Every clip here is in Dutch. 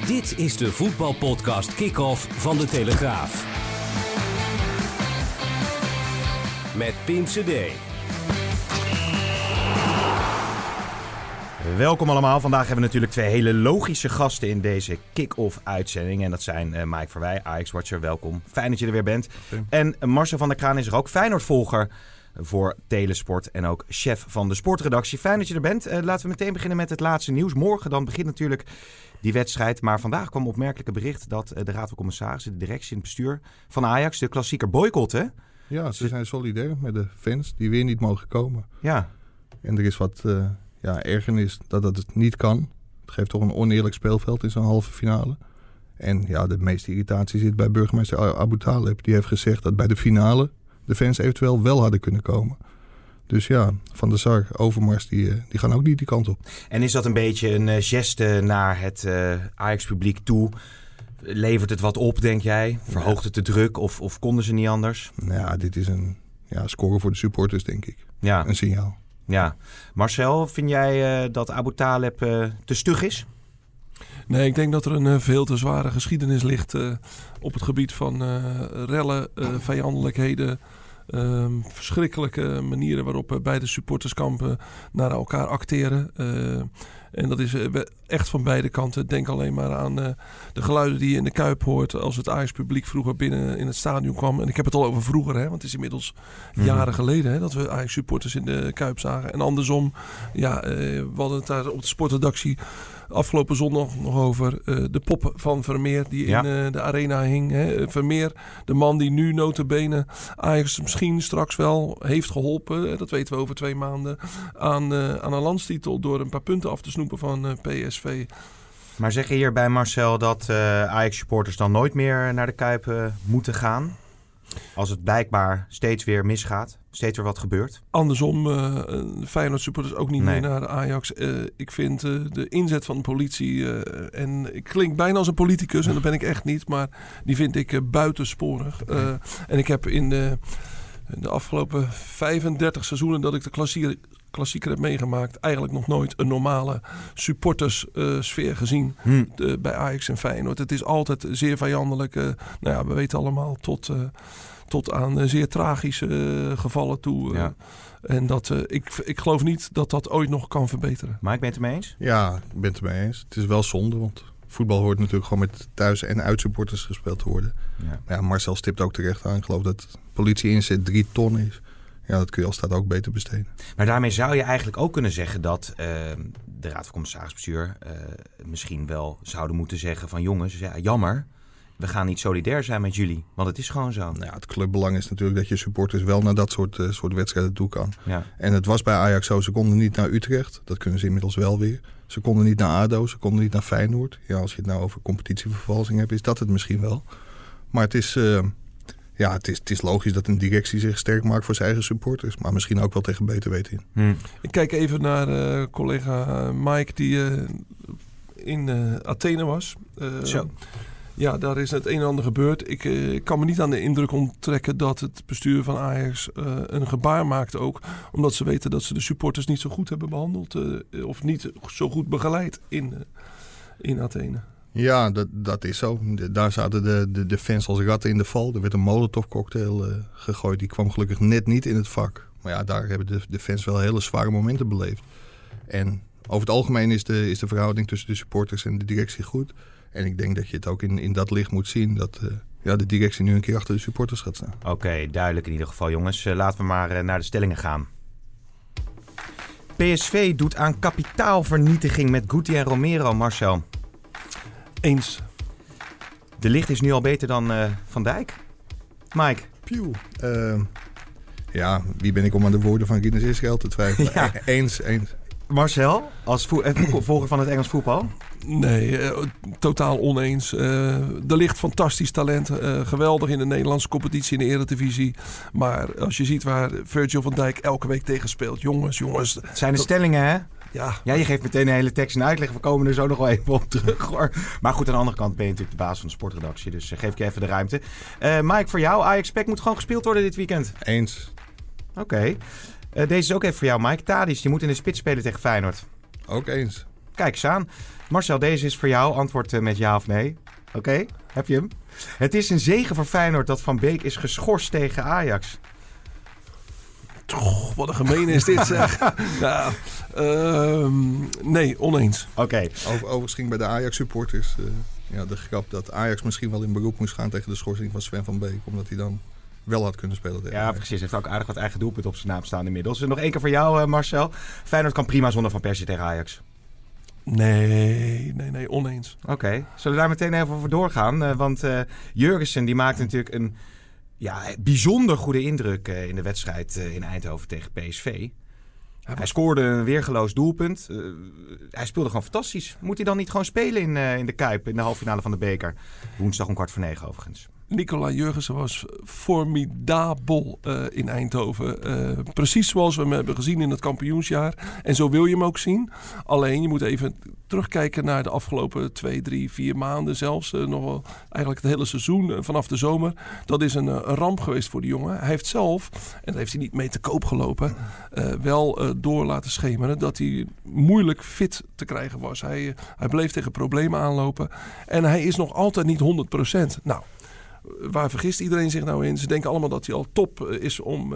Dit is de voetbalpodcast Kick-Off van De Telegraaf. Met Pim CD. Welkom allemaal. Vandaag hebben we natuurlijk twee hele logische gasten in deze kick-off uitzending. En dat zijn Mike Verwij, Ajax-watcher. Welkom. Fijn dat je er weer bent. En Marcel van der Kraan is er ook, Feyenoord-volger voor Telesport en ook chef van de sportredactie. Fijn dat je er bent. Laten we meteen beginnen met het laatste nieuws. Morgen dan begint natuurlijk die wedstrijd. Maar vandaag kwam opmerkelijke bericht dat de Raad van Commissarissen, de directie en het bestuur van Ajax de klassieker boycotten. Ja, ze zijn solidair met de fans die weer niet mogen komen. Ja. En er is wat ergernis dat het niet kan. Het geeft toch een oneerlijk speelveld in zo'n halve finale. En ja, de meeste irritatie zit bij burgemeester Abu Taleb. Die heeft gezegd dat bij de finale de fans eventueel wel hadden kunnen komen. Dus ja, Van der Sar, Overmars, die gaan ook niet die kant op. En is dat een beetje een geste naar het Ajax-publiek toe? Levert het wat op, denk jij? Verhoogt het de druk of konden ze niet anders? Nou ja, dit is een score voor de supporters, denk ik. Ja. Een signaal. Ja. Marcel, vind jij dat Abu Taleb te stug is? Nee, ik denk dat er een veel te zware geschiedenis ligt op het gebied van rellen, vijandelijkheden. Verschrikkelijke manieren waarop beide supporterskampen naar elkaar acteren. En dat is echt van beide kanten. Denk alleen maar aan de geluiden die je in de Kuip hoort als het Ajax-publiek vroeger binnen in het stadion kwam. En ik heb het al over vroeger, want het is inmiddels jaren geleden dat we Ajax-supporters in de Kuip zagen. En andersom, we hadden het daar op de sportredactie afgelopen zondag nog over de pop van Vermeer die in de arena hing. Vermeer, de man die nu nota bene Ajax misschien straks wel heeft geholpen, dat weten we over 2 maanden, aan een landstitel door een paar punten af te snoepen van PSV. Maar zeg je hierbij, Marcel, dat Ajax-supporters dan nooit meer naar de Kuip moeten gaan? Als het blijkbaar steeds weer misgaat, steeds weer wat gebeurt? Andersom, Feyenoord-supporters ook niet meer naar de Ajax. Ik vind de inzet van de politie, en ik klink bijna als een politicus en dat ben ik echt niet, maar die vind ik buitensporig. En ik heb in de afgelopen 35 seizoenen dat ik de klassieker heb meegemaakt, eigenlijk nog nooit een normale supporterssfeer gezien bij Ajax en Feyenoord. Het is altijd zeer vijandelijk. We weten allemaal tot aan zeer tragische gevallen toe. Ja. En ik geloof niet dat dat ooit nog kan verbeteren. Mike, ben je het ermee eens? Ja, ik ben het ermee eens. Het is wel zonde, want voetbal hoort natuurlijk gewoon met thuis- en uitsupporters gespeeld te worden. Ja, Marcel stipt ook terecht aan. Ik geloof dat politie inzet 3 ton is. Ja, dat kun je als staat ook beter besteden. Maar daarmee zou je eigenlijk ook kunnen zeggen dat de Raad van Commissarissen misschien wel zouden moeten zeggen van jongens, jammer, we gaan niet solidair zijn met jullie, want het is gewoon zo. Nou ja, het clubbelang is natuurlijk dat je supporters wel naar dat soort wedstrijden toe kan. Ja. En het was bij Ajax zo, ze konden niet naar Utrecht. Dat kunnen ze inmiddels wel weer. Ze konden niet naar ADO, ze konden niet naar Feyenoord. Ja, als je het nou over competitievervalsing hebt, is dat het misschien wel. Maar het is het is logisch dat een directie zich sterk maakt voor zijn eigen supporters. Maar misschien ook wel tegen beter weten in. Ik kijk even naar collega Mike die in Athene was. Zo. Ja, daar is het een en ander gebeurd. Ik kan me niet aan de indruk onttrekken dat het bestuur van Ajax een gebaar maakt ook. Omdat ze weten dat ze de supporters niet zo goed hebben behandeld. Of niet zo goed begeleid in Athene. Ja, dat is zo. Daar zaten de fans als ratten in de val. Er werd een Molotov-cocktail gegooid. Die kwam gelukkig net niet in het vak. Maar ja, daar hebben de fans wel hele zware momenten beleefd. En over het algemeen is de verhouding tussen de supporters en de directie goed. En ik denk dat je het ook in dat licht moet zien dat de directie nu een keer achter de supporters gaat staan. Oké, duidelijk in ieder geval, jongens. Laten we maar naar de stellingen gaan. PSV doet aan kapitaalvernietiging met Guti en Romero, Marcel. Eens. De Ligt is nu al beter dan Van Dijk. Mike? Wie ben ik om aan de woorden van Rinus Israël te twijfelen? Ja. Eens. Marcel, als volger van het Engels voetbal? Nee, totaal oneens. Er ligt fantastisch talent. Geweldig in de Nederlandse competitie in de Eredivisie. Maar als je ziet waar Virgil van Dijk elke week tegen speelt. Jongens. Het zijn de stellingen, hè? Ja, je geeft meteen een hele tekst en uitleg. We komen er zo nog wel even op terug, hoor. Maar goed, aan de andere kant ben je natuurlijk de baas van de sportredactie. Dus geef ik je even de ruimte. Mike, voor jou, Ajax-PEC moet gewoon gespeeld worden dit weekend. Eens. Oké. Deze is ook even voor jou, Mike. Tadic, die moet in de spits spelen tegen Feyenoord. Ook eens. Kijk eens aan. Marcel, deze is voor jou. Antwoord met ja of nee. Oké, heb je hem? Het is een zege voor Feyenoord dat Van Beek is geschorst tegen Ajax. Toch, wat een gemeen is dit zeg. Ja, nee, oneens. Oké. Overigens ging bij de Ajax-supporters de grap dat Ajax misschien wel in beroep moest gaan tegen de schorsing van Sven van Beek. Omdat hij dan wel had kunnen spelen tegen Ja, precies. Hij heeft ook aardig wat eigen doelpunt op zijn naam staan inmiddels. Nog 1 keer voor jou, Marcel. Feyenoord kan prima zonder Van Persie tegen Ajax. Nee, oneens. Oké. Zullen we daar meteen even over doorgaan? Want Jurgensen die maakte natuurlijk een bijzonder goede indruk in de wedstrijd in Eindhoven tegen PSV. Hij scoorde een weergeloos doelpunt. Hij speelde gewoon fantastisch. Moet hij dan niet gewoon spelen in de Kuip in de halve finale van de beker? Woensdag om 9:15 overigens. Nicola Jurgensen was formidabel in Eindhoven. Precies zoals we hem hebben gezien in het kampioensjaar. En zo wil je hem ook zien. Alleen je moet even terugkijken naar de afgelopen 2, 3, 4 maanden. Zelfs nog wel eigenlijk het hele seizoen vanaf de zomer. Dat is een ramp geweest voor die jongen. Hij heeft zelf, en daar heeft hij niet mee te koop gelopen, wel door laten schemeren dat hij moeilijk fit te krijgen was. Hij bleef tegen problemen aanlopen. En hij is nog altijd niet 100%. Nou, waar vergist iedereen zich nou in? Ze denken allemaal dat hij al top is om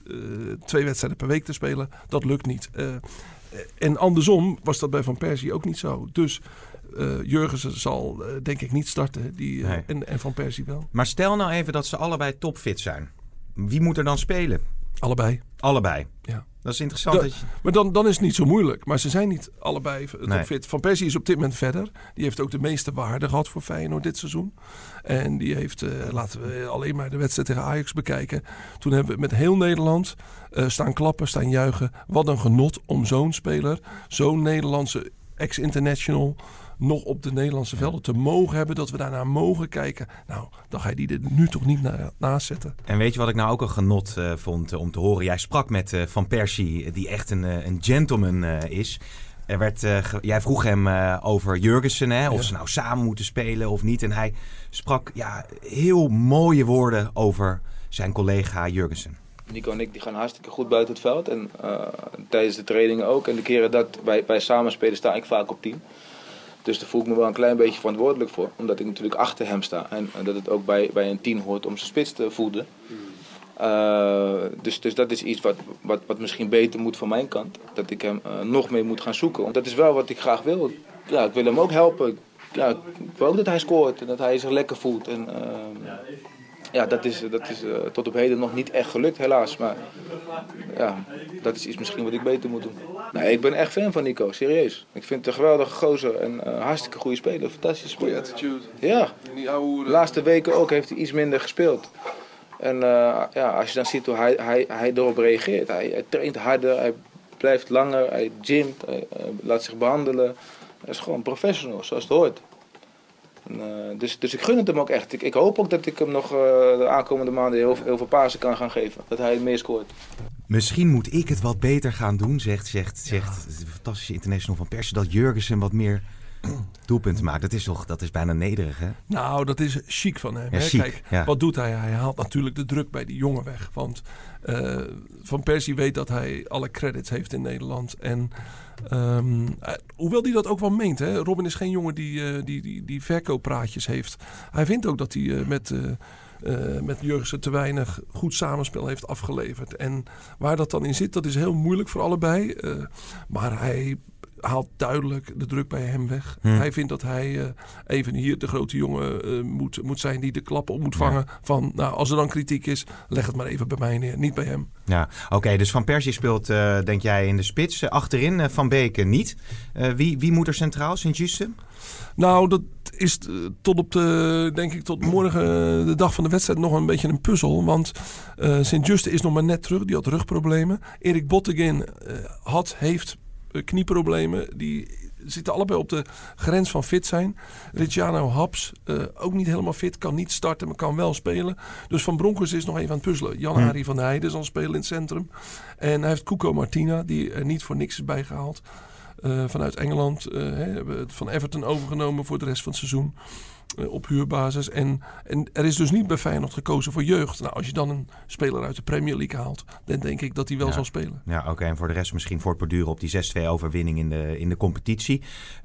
2 wedstrijden per week te spelen. Dat lukt niet. En andersom was dat bij Van Persie ook niet zo. Dus Jurgensen zal denk ik niet starten. En Van Persie wel. Maar stel nou even dat ze allebei topfit zijn. Wie moet er dan spelen? Allebei. Ja. Dat is interessant. Maar dan is het niet zo moeilijk. Maar ze zijn niet allebei topfit. Van Persie is op dit moment verder. Die heeft ook de meeste waarde gehad voor Feyenoord dit seizoen. En die heeft, laten we alleen maar de wedstrijd tegen Ajax bekijken. Toen hebben we met heel Nederland staan klappen, staan juichen. Wat een genot om zo'n speler, zo'n Nederlandse ex-international, nog op de Nederlandse velden te mogen hebben, dat we daarnaar mogen kijken. Nou, dan ga je die er nu toch niet naast zetten. En weet je wat ik nou ook een genot vond om te horen? Jij sprak met Van Persie, die echt een gentleman is. Jij vroeg hem over Jurgensen, of ze nou samen moeten spelen of niet. En hij sprak heel mooie woorden over zijn collega Jurgensen. Nico en ik die gaan hartstikke goed buiten het veld. En tijdens de trainingen ook. En de keren dat wij samen spelen, sta ik vaak op 10. Dus daar voel ik me wel een klein beetje verantwoordelijk voor. Omdat ik natuurlijk achter hem sta. En dat het ook bij een 10 hoort om zijn spits te voeden. Dus dat is iets wat misschien beter moet van mijn kant. Dat ik hem nog meer moet gaan zoeken. Dat is wel wat ik graag wil. Ja, ik wil hem ook helpen. Ja, ik wil ook dat hij scoort en dat hij zich lekker voelt. En, dat is tot op heden nog niet echt gelukt helaas. Maar ja, dat is iets misschien wat ik beter moet doen. Nee, ik ben echt fan van Nico, serieus. Ik vind het een geweldige gozer en hartstikke goede speler. Fantastische speler. Goeie attitude. Ja, de laatste weken ook heeft hij iets minder gespeeld. En als je dan ziet hoe hij erop reageert. Hij traint harder, hij blijft langer, hij gymt, hij laat zich behandelen. Hij is gewoon professional, zoals het hoort. Dus ik gun het hem ook echt. Ik hoop ook dat ik hem nog de aankomende maanden heel veel pasen kan gaan geven. Dat hij meer scoort. Misschien moet ik het wat beter gaan doen, zegt de fantastische international Van Persie, dat Jurgensen wat meer doelpunten maakt. Dat is bijna nederig, hè? Nou, dat is chic van hem. Ja, hè? chic, Kijk, ja. Wat doet hij? Hij haalt natuurlijk de druk bij die jongen weg. Want Van Persie weet dat hij alle credits heeft in Nederland. En hoewel hij dat ook wel meent. Hè? Robin is geen jongen die verkooppraatjes heeft. Hij vindt ook dat hij met Jurgensen te weinig goed samenspel heeft afgeleverd. En waar dat dan in zit, dat is heel moeilijk voor allebei. Maar hij haalt duidelijk de druk bij hem weg. Hij vindt dat hij even hier de grote jongen moet zijn die de klappen op moet vangen. Ja. Van, nou, als er dan kritiek is, leg het maar even bij mij neer, niet bij hem. Ja, oké, dus Van Persie speelt, denk jij, in de spits. Achterin Van Beek niet. Wie moet er centraal, Sint-Juste? Nou, dat is tot morgen, de dag van de wedstrijd, nog een beetje een puzzel. Want Sint-Juste is nog maar net terug. Die had rugproblemen. Erik Bottegien heeft knieproblemen. Die zitten allebei op de grens van fit zijn. Ricciano Haps, ook niet helemaal fit. Kan niet starten, maar kan wel spelen. Dus Van Bronckhorst is nog even aan het puzzelen. Jan-Arie van der Heijden zal spelen in het centrum. En hij heeft Cuco Martina, die er niet voor niks is bijgehaald. vanuit Engeland. Hebben het van Everton overgenomen voor de rest van het seizoen. Op huurbasis. En er is dus niet bij Feyenoord gekozen voor jeugd. Nou, als je dan een speler uit de Premier League haalt, dan denk ik dat hij wel zal spelen. Ja, oké. En voor de rest misschien voortborduren op die 6-2 overwinning in de competitie.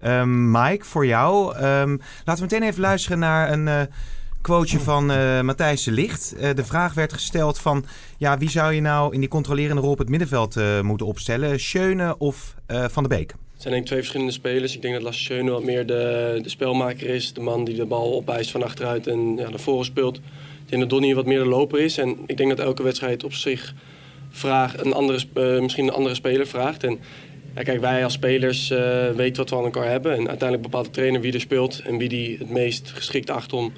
Mike, voor jou. Laten we meteen even luisteren naar een quoteje van Matthijs de Ligt. De vraag werd gesteld van, ja, wie zou je nou in die controlerende rol op het middenveld moeten opstellen? Schöne of Van de Beek? Het zijn denk ik 2 verschillende spelers. Ik denk dat Lasse Schöne wat meer de spelmaker is. De man die de bal opeist van achteruit en naar voren speelt. Ik denk dat Donny wat meer de loper is. En ik denk dat elke wedstrijd op zich misschien een andere speler vraagt. En ja, kijk, wij als spelers weten wat we aan elkaar hebben. En uiteindelijk bepaalt de trainer wie er speelt en wie die het meest geschikt acht om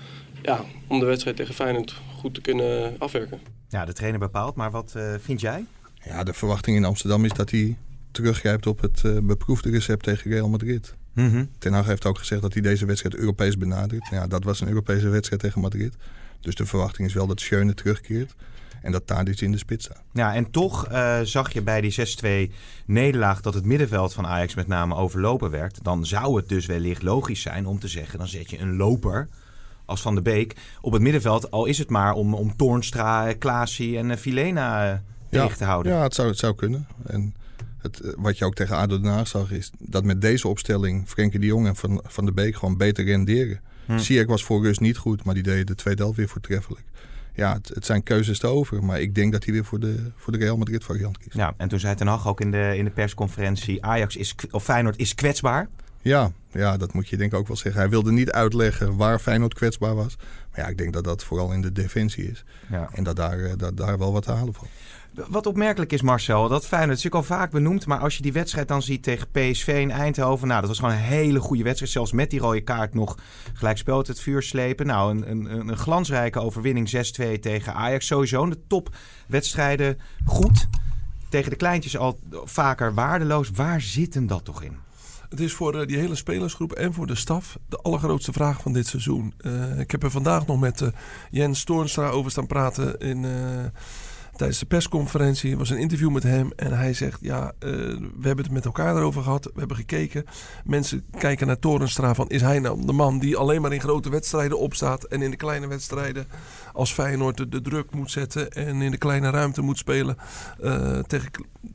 de wedstrijd tegen Feyenoord goed te kunnen afwerken. Ja, de trainer bepaalt. Maar wat vind jij? Ja, de verwachting in Amsterdam is dat hij teruggrijpt op het beproefde recept tegen Real Madrid. Mm-hmm. Ten Hag heeft ook gezegd dat hij deze wedstrijd Europees benadert. Ja, dat was een Europese wedstrijd tegen Madrid. Dus de verwachting is wel dat Schöne terugkeert en dat Tadic in de spits staat. Ja, en toch zag je bij die 6-2 nederlaag dat het middenveld van Ajax met name overlopen werd. Dan zou het dus wellicht logisch zijn om te zeggen, dan zet je een loper als Van de Beek op het middenveld. Al is het maar om Toornstra, Klaasie en Vilena tegen te houden. Ja, het zou kunnen. En wat je ook tegen ADO Den Haag zag is dat met deze opstelling Frenkie de Jong en Van de Beek gewoon beter renderen. Ziyech was voor rust niet goed, maar die deed de tweede helft weer voortreffelijk. Ja, het zijn keuzes te over, maar ik denk dat hij weer voor de Real Madrid variant kiest. Ja, en toen zei Ten Hag ook in de persconferentie, Feyenoord is kwetsbaar. Ja, dat moet je denk ik ook wel zeggen. Hij wilde niet uitleggen waar Feyenoord kwetsbaar was. Maar ja, ik denk dat dat vooral in de defensie is. Ja. En dat daar wel wat te halen valt. Wat opmerkelijk is, Marcel, dat Feyenoord is natuurlijk al vaak benoemd, maar als je die wedstrijd dan ziet tegen PSV in Eindhoven, nou, dat was gewoon een hele goede wedstrijd. Zelfs met die rode kaart nog gelijkspel uit het vuur slepen. Nou, een glansrijke overwinning 6-2 tegen Ajax. Sowieso in de topwedstrijden goed. Tegen de kleintjes al vaker waardeloos. Waar zit hem dat toch in? Het is voor die hele spelersgroep en voor de staf de allergrootste vraag van dit seizoen. Ik heb er vandaag nog met Jens Toornstra over staan praten tijdens de persconferentie. Er was een interview met hem en hij zegt, we hebben het met elkaar erover gehad. We hebben gekeken. Mensen kijken naar Toornstra van, is hij nou de man die alleen maar in grote wedstrijden opstaat en in de kleine wedstrijden als Feyenoord de druk moet zetten en in de kleine ruimte moet spelen tegen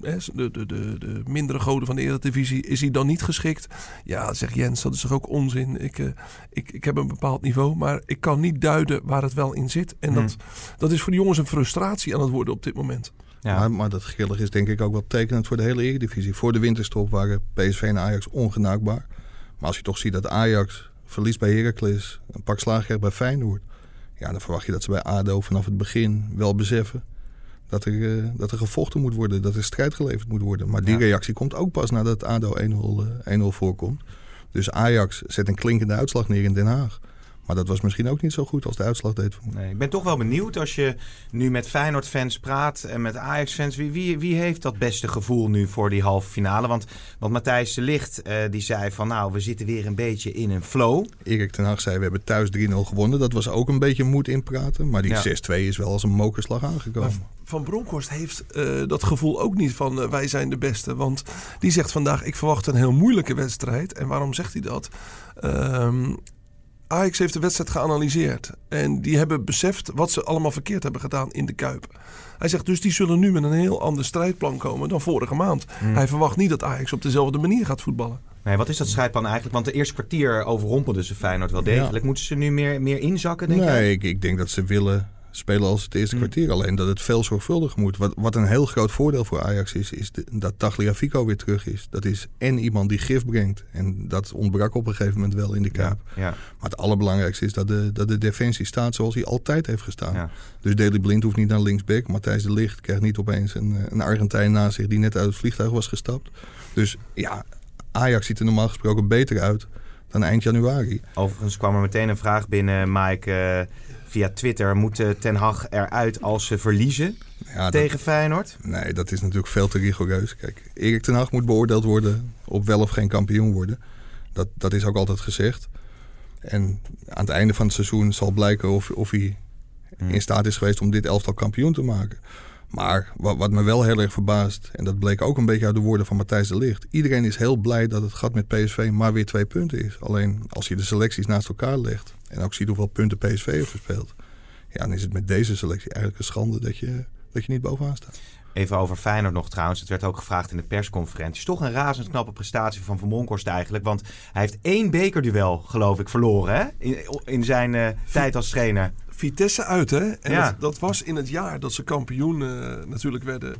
de mindere goden van de Eredivisie. Is hij dan niet geschikt? Ja, zegt Jens, dat is toch ook onzin. Ik heb een bepaald niveau, maar ik kan niet duiden waar het wel in zit. En dat is voor de jongens een frustratie aan het worden op dit moment. Ja. Maar dat grillig is denk ik ook wel tekenend voor de hele Eredivisie. Voor de winterstop waren PSV en Ajax ongenaakbaar. Maar als je toch ziet dat Ajax verliest bij Heracles, een pak slaag krijgt bij Feyenoord, ja, dan verwacht je dat ze bij ADO vanaf het begin wel beseffen dat er gevochten moet worden, dat er strijd geleverd moet worden. Maar die reactie komt ook pas nadat ADO 1-0 voorkomt. Dus Ajax zet een klinkende uitslag neer in Den Haag. Maar dat was misschien ook niet zo goed als de uitslag deed. Nee, ik ben toch wel benieuwd als je nu met Feyenoord-fans praat en met Ajax-fans. Wie heeft dat beste gevoel nu voor die halve finale? Want Matthijs de Ligt die zei van, nou, we zitten weer een beetje in een flow. Erik ten Hag zei, we hebben thuis 3-0 gewonnen. Dat was ook een beetje moed inpraten. Maar die 6-2 is wel als een mokerslag aangekomen. Maar Van Bronckhorst heeft dat gevoel ook niet van wij zijn de beste. Want die zegt vandaag, ik verwacht een heel moeilijke wedstrijd. En waarom zegt hij dat? Ajax heeft de wedstrijd geanalyseerd. En die hebben beseft wat ze allemaal verkeerd hebben gedaan in de Kuip. Hij zegt dus die zullen nu met een heel ander strijdplan komen dan vorige maand. Hij verwacht niet dat Ajax op dezelfde manier gaat voetballen. Nee, wat is dat strijdplan eigenlijk? Want de eerste kwartier overrompelde ze Feyenoord wel degelijk. Ja. Moeten ze nu meer inzakken, denk je? Nee, ik denk dat ze willen spelen als het eerste kwartier. Alleen dat het veel zorgvuldiger moet. Wat een heel groot voordeel voor Ajax is dat Tagliafico weer terug is. Dat is en iemand die gif brengt. En dat ontbrak op een gegeven moment wel in de Kuip. Ja. Maar het allerbelangrijkste is dat de defensie staat zoals hij altijd heeft gestaan. Ja. Dus Daley Blind hoeft niet naar linksback. Matthijs de Ligt krijgt niet opeens een Argentijn naast zich die net uit het vliegtuig was gestapt. Dus ja, Ajax ziet er normaal gesproken beter uit dan eind januari. Overigens kwam er meteen een vraag binnen, Mike, via Twitter. Moet Ten Hag eruit als ze verliezen tegen Feyenoord? Nee, dat is natuurlijk veel te rigoureus. Kijk, Erik ten Hag moet beoordeeld worden op wel of geen kampioen worden. Dat is ook altijd gezegd. En aan het einde van het seizoen zal blijken of hij in staat is geweest om dit elftal kampioen te maken. Maar wat me wel heel erg verbaast, en dat bleek ook een beetje uit de woorden van Matthijs de Ligt. Iedereen is heel blij dat het gat met PSV maar weer 2 punten is. Alleen als je de selecties naast elkaar legt en ook ziet hoeveel punten PSV heeft verspeeld. Ja, dan is het met deze selectie eigenlijk een schande dat je niet bovenaan staat. Even over Feyenoord nog trouwens. Het werd ook gevraagd in de persconferentie. Het is toch een razend knappe prestatie van Van Bronckhorst eigenlijk. Want hij heeft 1 bekerduel, geloof ik, verloren hè? In zijn tijd als trainer. Vitesse uit, hè? En dat was in het jaar dat ze kampioen natuurlijk werden.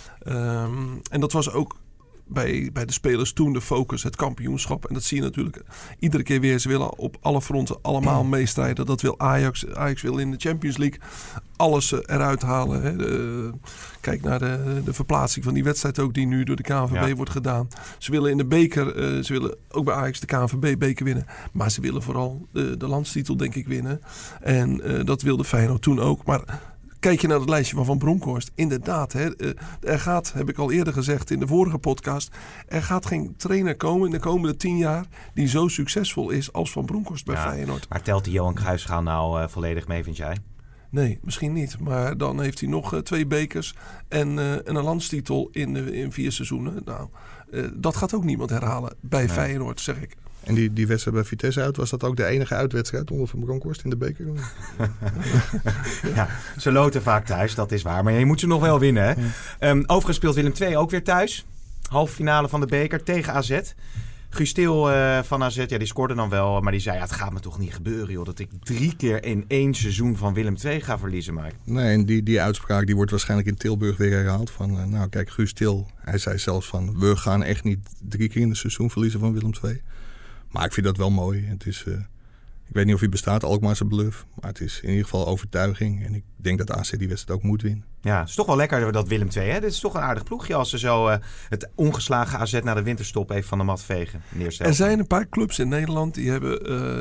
En dat was ook bij de spelers toen de focus, het kampioenschap. En dat zie je natuurlijk iedere keer weer. Ze willen op alle fronten allemaal meestrijden. Dat wil Ajax. Ajax wil in de Champions League alles eruit halen. Hè. Kijk naar de verplaatsing van die wedstrijd ook die nu door de KNVB wordt gedaan. Ze willen in de beker, ze willen ook bij Ajax de KNVB-beker winnen. Maar ze willen vooral de landstitel denk ik winnen. En dat wilde Feyenoord toen ook. Maar kijk je naar het lijstje van Bronckhorst. Inderdaad, hè, er gaat, heb ik al eerder gezegd in de vorige podcast, er gaat geen trainer komen in de komende 10 jaar die zo succesvol is als Van Bronckhorst bij Feyenoord. Maar telt die Johan Cruijffschaal nou volledig mee, vind jij? Nee, misschien niet. Maar dan heeft hij nog 2 bekers en een landstitel in 4 seizoenen. Nou, dat gaat ook niemand herhalen bij Feyenoord, zeg ik. En die wedstrijd bij Vitesse uit, was dat ook de enige uitwedstrijd onder Van Bronckhorst in de beker? Ja, ze loten vaak thuis, dat is waar. Maar je moet ze nog wel winnen. Hè? Overigens speelt Willem II ook weer thuis. Halve finale van de beker tegen AZ. Guus Til van AZ, die scoorde dan wel. Maar die zei, het gaat me toch niet gebeuren, joh. Dat ik 3 keer in 1 seizoen van Willem II ga verliezen. Maar... Nee, en die uitspraak die wordt waarschijnlijk in Tilburg weer herhaald. Van, nou kijk, Guus Til, hij zei zelfs van, we gaan echt niet 3 keer in een seizoen verliezen van Willem II. Maar ik vind dat wel mooi. Het is, ik weet niet of hij bestaat, Alkmaarse bluff. Maar het is in ieder geval overtuiging. En ik denk dat AZ die wedstrijd ook moet winnen. Ja, het is toch wel lekker dat Willem II. Hè? Dit is toch een aardig ploegje als ze zo het ongeslagen AZ na de winterstop even van de mat vegen. Er zijn een paar clubs in Nederland die hebben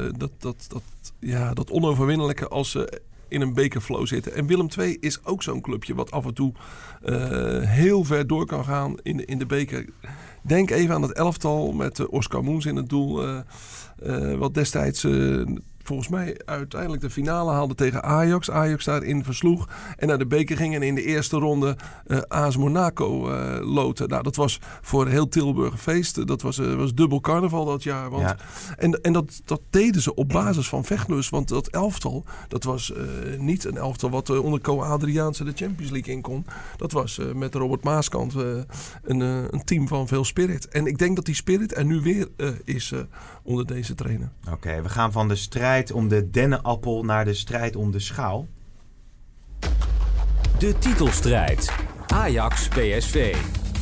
dat onoverwinnelijke als ze in een bekerflow zitten. En Willem II is ook zo'n clubje wat af en toe heel ver door kan gaan in de beker. Denk even aan het elftal met Oscar Moens in het doel. Wat destijds volgens mij uiteindelijk de finale haalde tegen Ajax. Ajax daarin versloeg en naar de beker ging en in de eerste ronde AS Monaco loten. Nou, dat was voor heel Tilburg een feest. Dat was dubbel carnaval dat jaar. Want, en dat deden ze op basis van vechtlust. Want dat elftal, dat was niet een elftal wat onder Co Adriaanse de Champions League in kon. Dat was met Robert Maaskant een team van veel spirit. En ik denk dat die spirit er nu weer is onder deze trainer. Oké, we gaan van de strijd om de dennenappel naar de strijd om de schaal. De titelstrijd. Ajax-PSV.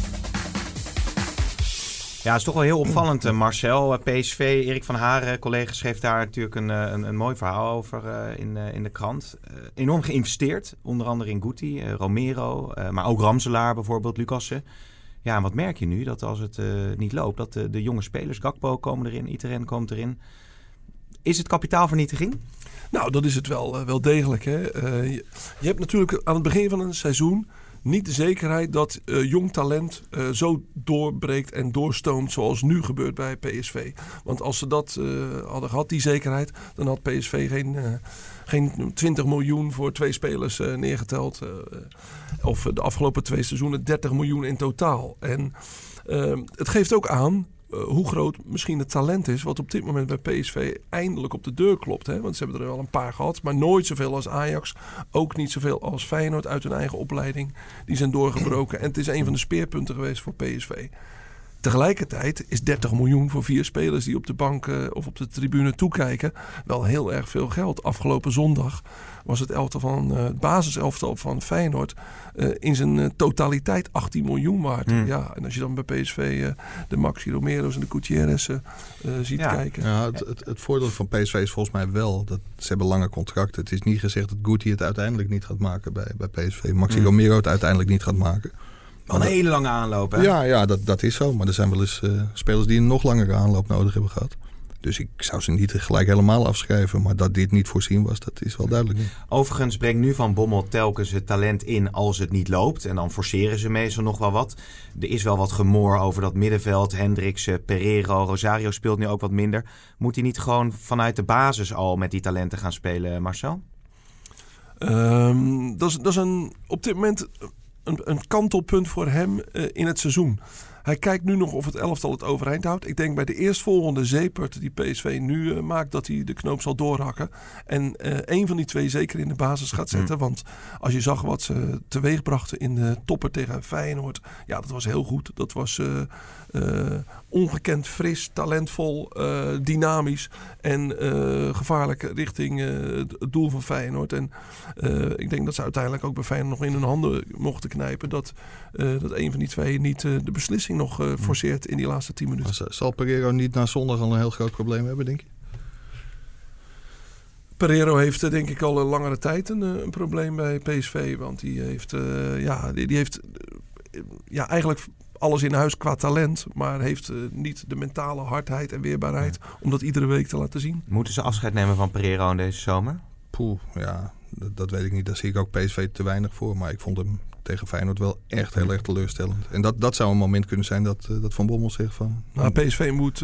Ja, het is toch wel heel opvallend, Marcel. PSV, Erik van Haren, collega, schreef daar natuurlijk een mooi verhaal over in de krant. Enorm geïnvesteerd, onder andere in Guti, Romero, maar ook Ramselaar bijvoorbeeld, Lucassen. Ja, en wat merk je nu? Dat als het niet loopt, dat de jonge spelers, Gakpo komen erin, Iedereen komt erin. Is het kapitaalvernietiging? Nou, dat is het wel degelijk. Hè? Je hebt natuurlijk aan het begin van een seizoen niet de zekerheid dat jong talent zo doorbreekt en doorstoomt zoals nu gebeurt bij PSV. Want als ze dat hadden gehad, die zekerheid, dan had PSV geen 20 miljoen voor 2 spelers neergeteld. Of de afgelopen 2 seizoenen 30 miljoen in totaal. En het geeft ook aan hoe groot misschien het talent is wat op dit moment bij PSV eindelijk op de deur klopt. Hè? Want ze hebben er wel een paar gehad, maar nooit zoveel als Ajax. Ook niet zoveel als Feyenoord uit hun eigen opleiding. Die zijn doorgebroken en het is een van de speerpunten geweest voor PSV. Tegelijkertijd is 30 miljoen voor 4 spelers die op de bank of op de tribune toekijken wel heel erg veel geld. Afgelopen zondag was het basiselftal van Feyenoord in zijn totaliteit 18 miljoen waard. Ja, en als je dan bij PSV de Maxi Romero's en de Gutierrez ziet kijken. Ja, het voordeel van PSV is volgens mij wel dat ze hebben lange contracten. Het is niet gezegd dat Guti het uiteindelijk niet gaat maken bij PSV. Maxi Romero het uiteindelijk niet gaat maken. Een hele lange aanloop, hè? Ja, dat is zo. Maar er zijn wel eens spelers die een nog langere aanloop nodig hebben gehad. Dus ik zou ze niet gelijk helemaal afschrijven. Maar dat dit niet voorzien was, dat is wel duidelijk. Overigens brengt nu Van Bommel telkens het talent in als het niet loopt. En dan forceren ze meestal nog wel wat. Er is wel wat gemor over dat middenveld. Hendriksen, Pereiro, Rosario speelt nu ook wat minder. Moet hij niet gewoon vanuit de basis al met die talenten gaan spelen, Marcel? Dat is op dit moment een kantelpunt voor hem in het seizoen. Hij kijkt nu nog of het elftal het overeind houdt. Ik denk bij de eerstvolgende zeepert die PSV nu maakt, dat hij de knoop zal doorhakken. En één van die twee zeker in de basis gaat zetten. Want als je zag wat ze teweeg brachten in de topper tegen Feyenoord. Ja, dat was heel goed. Dat was ongekend fris, talentvol, dynamisch en gevaarlijk richting het doel van Feyenoord. En ik denk dat ze uiteindelijk ook bij Feyenoord nog in hun handen mochten knijpen. Dat een van die twee niet de beslissing nog forceert in die laatste 10 minuten. Maar zal Pereiro niet na zondag al een heel groot probleem hebben, denk je? Pereiro heeft denk ik al een langere tijd een probleem bij PSV. Want die heeft eigenlijk alles in huis qua talent. Maar heeft niet de mentale hardheid en weerbaarheid om dat iedere week te laten zien. Moeten ze afscheid nemen van Pereiro in deze zomer? Poeh, ja, dat weet ik niet. Daar zie ik ook PSV te weinig voor. Maar ik vond hem tegen Feyenoord wel echt heel erg teleurstellend. En dat zou een moment kunnen zijn dat Van Bommel zegt van... Nou, PSV moet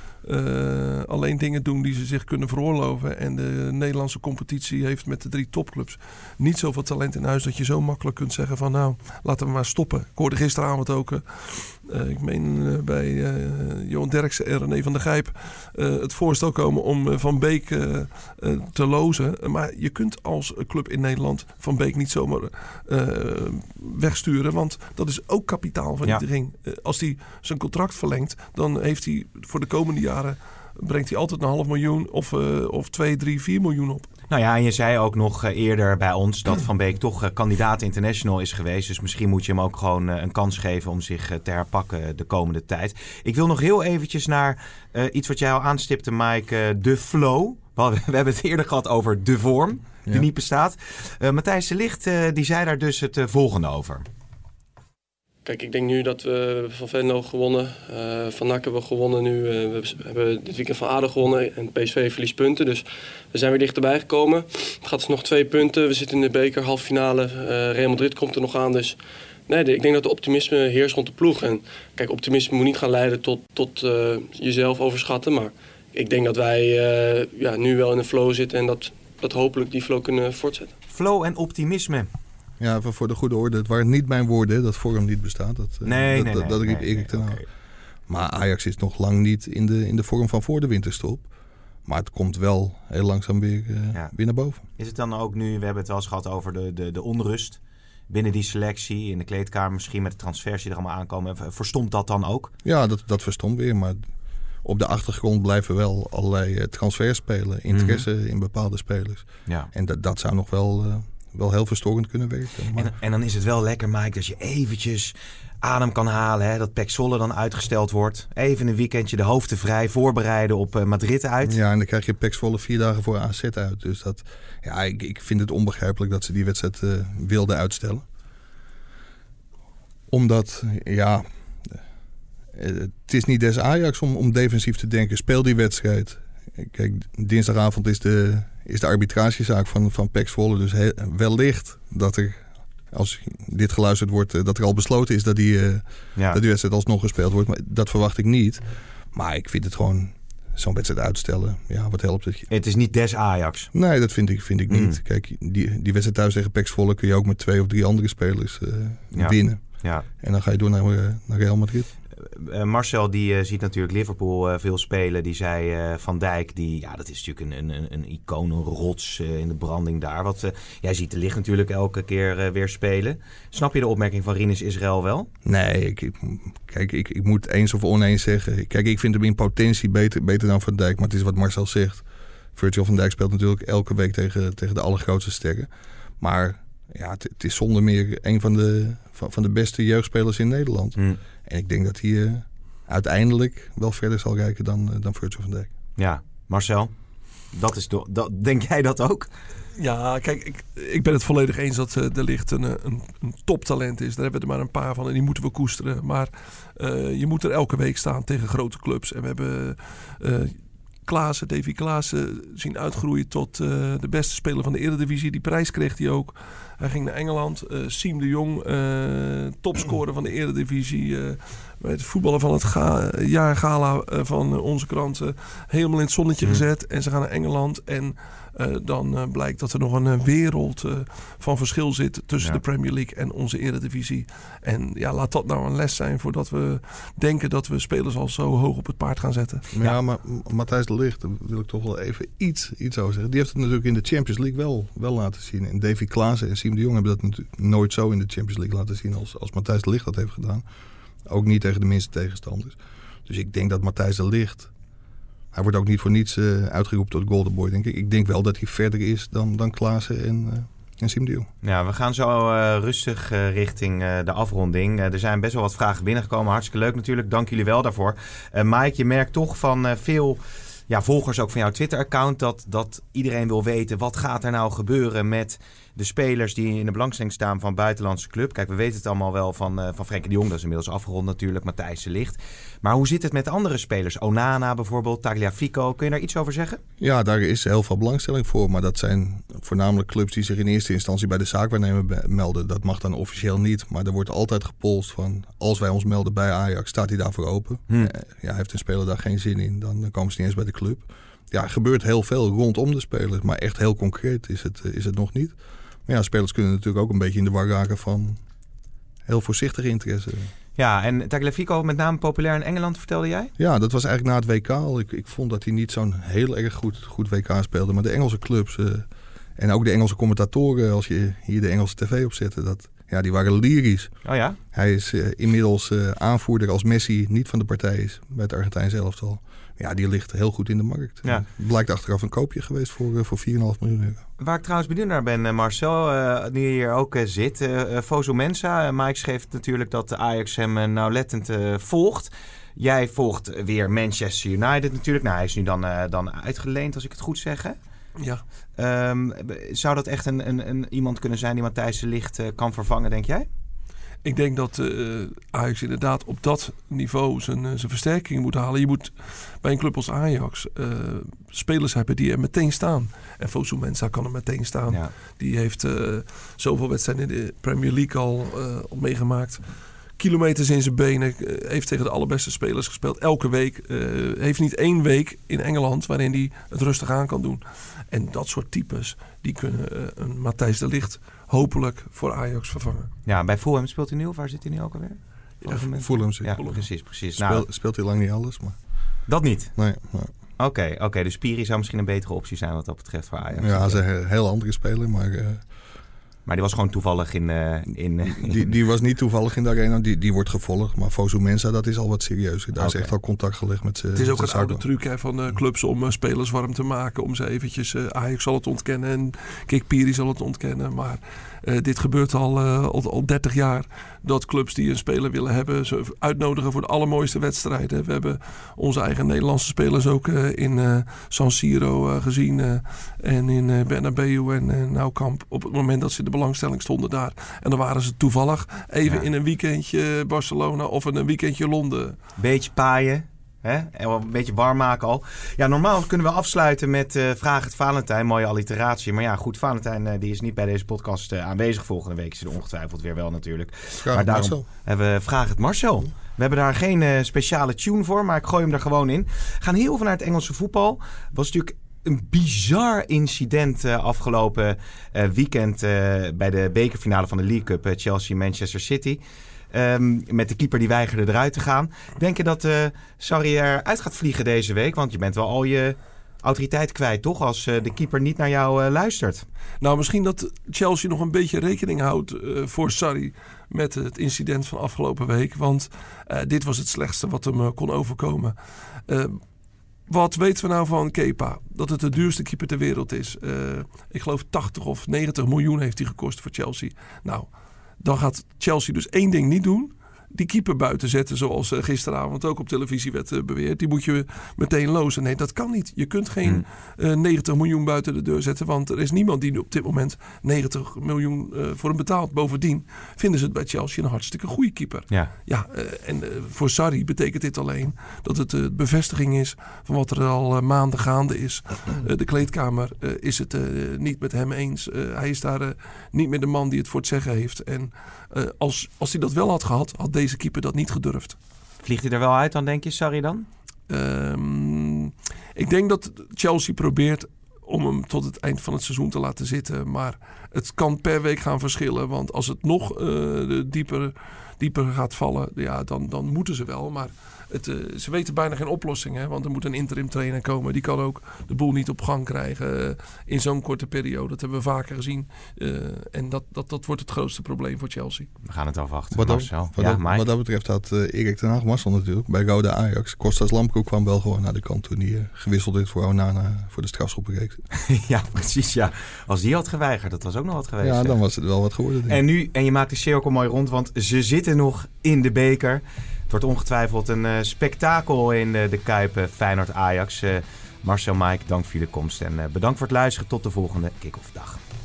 alleen dingen doen die ze zich kunnen veroorloven. En de Nederlandse competitie heeft met de 3 topclubs niet zoveel talent in huis dat je zo makkelijk kunt zeggen van nou, laten we maar stoppen. Ik hoorde gisteravond ook, ik meen bij Johan Derksen en René van der Gijp het voorstel komen om Van Beek te lozen. Maar je kunt als club in Nederland Van Beek niet zomaar wegsturen, want dat is ook kapitaal van iedereen. Als hij zijn contract verlengt, dan heeft hij voor de komende jaren brengt hij altijd een 500.000 of 2, 3, 4 miljoen op. Nou ja, en je zei ook nog eerder bij ons dat Van Beek toch kandidaat international is geweest. Dus misschien moet je hem ook gewoon een kans geven om zich te herpakken de komende tijd. Ik wil nog heel eventjes naar iets wat jij al aanstipte, Mike. De flow. We hebben het eerder gehad over de vorm die niet bestaat. Matthijs de Ligt die zei daar dus het volgende over. Kijk, ik denk nu dat we van Venlo gewonnen, van NAC hebben we gewonnen nu. We hebben dit weekend van ADO gewonnen en PSV verliest punten. Dus we zijn weer dichterbij gekomen. Het gaat dus nog 2 punten. We zitten in de beker, halve finale. Real Madrid komt er nog aan. Dus nee, ik denk dat de optimisme heerst rond de ploeg. En kijk, optimisme moet niet gaan leiden tot jezelf overschatten. Maar ik denk dat wij nu wel in een flow zitten en dat hopelijk die flow kunnen voortzetten. Flow en optimisme. Ja, voor de goede orde. Het waren niet mijn woorden, dat vorm niet bestaat. Dat riep Erik ten Hag. Maar Ajax is nog lang niet in de vorm van voor de winterstop. Maar het komt wel heel langzaam weer naar boven. Is het dan ook nu, we hebben het wel eens gehad over de onrust binnen die selectie, in de kleedkamer misschien met de transfers die er allemaal aankomen. Verstomt dat dan ook? Ja, dat verstomt weer, maar op de achtergrond blijven wel allerlei transfers spelen. Interesse in bepaalde spelers. Ja. En dat zou nog wel heel verstorend kunnen werken. Maar... En dan is het wel lekker, Mike, dat je eventjes adem kan halen. Hè? Dat PEC Zwolle dan uitgesteld wordt. Even een weekendje de hoofden vrij voorbereiden op Madrid uit. Ja, en dan krijg je PEC Zwolle 4 dagen voor AZ uit. Dus ik vind het onbegrijpelijk dat ze die wedstrijd wilden uitstellen. Omdat, het is niet des Ajax om defensief te denken. Speel die wedstrijd. Kijk, dinsdagavond is de arbitragezaak van PEC Zwolle. Dus wellicht dat er, als dit geluisterd wordt, dat er al besloten is dat die wedstrijd alsnog gespeeld wordt. Maar dat verwacht ik niet. Maar ik vind het gewoon, zo'n wedstrijd uitstellen. Ja, wat helpt het? Het is niet des Ajax. Nee, dat vind ik niet. Kijk, die wedstrijd thuis tegen PEC Zwolle kun je ook met 2 of 3 andere spelers winnen. Ja. En dan ga je door naar Real Madrid. Marcel die ziet natuurlijk Liverpool veel spelen. Die zei Van Dijk, dat is natuurlijk een icoon, een rots in de branding daar. Jij ziet de Ligt natuurlijk elke keer weer spelen. Snap je de opmerking van Rinus Israël wel? Nee, ik moet eens of oneens zeggen. Kijk, ik vind hem in potentie beter dan Van Dijk. Maar het is wat Marcel zegt. Virgil van Dijk speelt natuurlijk elke week tegen de allergrootste sterren. Maar ja, het is zonder meer een van de beste jeugdspelers in Nederland. En ik denk dat hij uiteindelijk wel verder zal kijken dan Virgil van Dijk. Ja, Marcel, denk jij dat ook? Ja, kijk, ik ben het volledig eens dat De Ligt een toptalent is. Daar hebben we er maar een paar van en die moeten we koesteren. Maar je moet er elke week staan tegen grote clubs. En we hebben Davy Klaassen zien uitgroeien tot de beste speler van de Eredivisie. Die prijs kreeg hij ook. Hij ging naar Engeland. Siem de Jong, topscorer van de Eredivisie. Bij het voetballen van het jaargala van onze kranten. Helemaal in het zonnetje gezet. En ze gaan naar Engeland. En dan blijkt dat er nog een wereld van verschil zit tussen de Premier League en onze Eredivisie. En ja, laat dat nou een les zijn voordat we denken dat we spelers al zo hoog op het paard gaan zetten. Ja, maar Matthijs de Ligt, daar wil ik toch wel even iets over zeggen. Die heeft het natuurlijk in de Champions League wel laten zien. En Davy Klaassen en Siem de Jong hebben dat natuurlijk nooit zo in de Champions League laten zien als Matthijs de Ligt dat heeft gedaan. Ook niet tegen de minste tegenstanders. Dus ik denk dat Matthijs de Ligt... Hij wordt ook niet voor niets uitgeroepen tot Golden Boy, denk ik. Ik denk wel dat hij verder is dan Klaassen en Siem de Jong. Ja, we gaan zo rustig richting de afronding. Er zijn best wel wat vragen binnengekomen. Hartstikke leuk natuurlijk. Dank jullie wel daarvoor. Mike, je merkt toch van veel volgers ook van jouw Twitter-account... dat iedereen wil weten wat gaat er nou gebeuren met de spelers die in de belangstelling staan van buitenlandse club. Kijk, we weten het allemaal wel van Frenkie de Jong. Dat is inmiddels afgerond natuurlijk. Matthijs de Ligt. Maar hoe zit het met andere spelers? Onana bijvoorbeeld, Tagliafico. Kun je daar iets over zeggen? Ja, daar is heel veel belangstelling voor. Maar dat zijn voornamelijk clubs die zich in eerste instantie bij de zaakwaarnemer melden. Dat mag dan officieel niet. Maar er wordt altijd gepolst van... als wij ons melden bij Ajax, staat hij daarvoor open. Heeft een speler daar geen zin in, dan komen ze niet eens bij de club. Ja, er gebeurt heel veel rondom de spelers. Maar echt heel concreet is het nog niet. Maar ja, spelers kunnen natuurlijk ook een beetje in de war raken van heel voorzichtige interesse. Ja, en Tagliafico met name populair in Engeland, vertelde jij? Ja, dat was eigenlijk na het WK al. Ik vond dat hij niet zo'n heel erg goed WK speelde. Maar de Engelse clubs en ook de Engelse commentatoren, als je hier de Engelse tv opzette, die waren lyrisch. Oh ja? Hij is inmiddels aanvoerder als Messi niet van de partij is bij het Argentijnse elftal. Ja, die ligt heel goed in de markt. Ja. Blijkt achteraf een koopje geweest voor 4,5 miljoen euro. Waar ik trouwens benieuwd naar ben, Marcel, nu je hier ook zit. Fosu Mensah, Mike schreef natuurlijk dat Ajax hem nauwlettend volgt. Jij volgt weer Manchester United natuurlijk. Nou, hij is nu dan uitgeleend, als ik het goed zeg, hè? Ja. Zou dat echt een iemand kunnen zijn die Matthijs de Ligt kan vervangen, denk jij? Ik denk dat Ajax inderdaad op dat niveau zijn versterking moet halen. Je moet bij een club als Ajax spelers hebben die er meteen staan. En Fosu Mensah kan er meteen staan. Ja. Die heeft zoveel wedstrijden in de Premier League al meegemaakt. Kilometers in zijn benen. Heeft tegen de allerbeste spelers gespeeld. Elke week. Heeft niet 1 week in Engeland waarin hij het rustig aan kan doen. En dat soort types, die kunnen een Matthijs de Ligt hopelijk voor Ajax vervangen. Ja, bij Fulham speelt hij nu, of waar zit hij nu ook alweer? Fulham zit. Ja, precies. Speelt hij lang niet alles, maar... Dat niet? Nee. Oké, dus Piri zou misschien een betere optie zijn wat dat betreft voor Ajax. Ja, ze is een heel andere speler, maar... Maar die was gewoon toevallig Die was niet toevallig in de arena. Die wordt gevolgd. Maar Fosu Mensah, dat is al wat serieuzer. Daar is echt al contact gelegd met Het is ook een oude truc van clubs om spelers warm te maken. Om ze eventjes... Ajax zal het ontkennen en Kik Piri zal het ontkennen. Maar dit gebeurt al 30 jaar. Dat clubs die een speler willen hebben, ze uitnodigen voor de allermooiste wedstrijden. We hebben onze eigen Nederlandse spelers ook in San Siro gezien. En in Bernabeu en Nou Camp. Op het moment dat ze in de belangstelling stonden daar. En dan waren ze toevallig even in een weekendje Barcelona of in een weekendje Londen. Beetje paaien. En wel een beetje warm maken al. Ja, normaal kunnen we afsluiten met Vraag het Valentijn. Mooie alliteratie. Maar ja, goed, Valentijn die is niet bij deze podcast aanwezig. Volgende week is er ongetwijfeld weer wel natuurlijk. Maar daarom hebben we Vraag het Marcel. We hebben daar geen speciale tune voor, maar ik gooi hem er gewoon in. We gaan heel veel naar het Engelse voetbal. Was natuurlijk een bizar incident afgelopen weekend bij de bekerfinale van de League Cup. Chelsea-Manchester City. Met de keeper die weigerde eruit te gaan. Denk je dat Sarri eruit gaat vliegen deze week? Want je bent wel al je autoriteit kwijt, toch? Als de keeper niet naar jou luistert. Nou, misschien dat Chelsea nog een beetje rekening houdt voor Sarri met het incident van afgelopen week. Want dit was het slechtste wat hem kon overkomen. Wat weten we nou van Kepa? Dat het de duurste keeper ter wereld is. Ik geloof 80 of 90 miljoen heeft hij gekost voor Chelsea. Nou, dan gaat Chelsea dus 1 ding niet doen. die keeper buiten zetten, zoals gisteravond ook op televisie werd beweerd. Die moet je meteen lozen. Nee, dat kan niet. Je kunt geen 90 miljoen buiten de deur zetten, want er is niemand die op dit moment 90 miljoen voor hem betaalt. Bovendien vinden ze het bij Chelsea een hartstikke goede keeper. En voor Sarri betekent dit alleen dat het bevestiging is van wat er al maanden gaande is. De kleedkamer is het niet met hem eens. Hij is daar niet meer de man die het voor het zeggen heeft. En als hij dat wel had gehad, had deze keeper dat niet gedurfd. Vliegt hij er wel uit dan, denk je, Sarri dan? Ik denk dat Chelsea probeert om hem tot het eind van het seizoen te laten zitten. Maar het kan per week gaan verschillen. Want als het nog dieper gaat vallen, ja, dan moeten ze wel. Maar ze weten bijna geen oplossing. Hè? Want er moet een interim trainer komen. Die kan ook de boel niet op gang krijgen in zo'n korte periode. Dat hebben we vaker gezien. En dat wordt het grootste probleem voor Chelsea. We gaan het afwachten. Wat dat betreft had Erik ten Hag, Marcel natuurlijk, bij Roda Ajax. Kostas Lamco kwam wel gewoon naar de kant toen hij gewisseld werd voor Onana voor de strafschoppenreeks. Ja, precies. Ja. Als die had geweigerd, dat was ook nog wat geweest. Ja, dan was het wel wat geworden. En je maakt de cirkel mooi rond, want ze zitten nog in de beker. Het wordt ongetwijfeld een spektakel in de Kuip Feyenoord-Ajax. Marcel, Mike, dank voor jullie komst en bedankt voor het luisteren. Tot de volgende Kick-Off dag.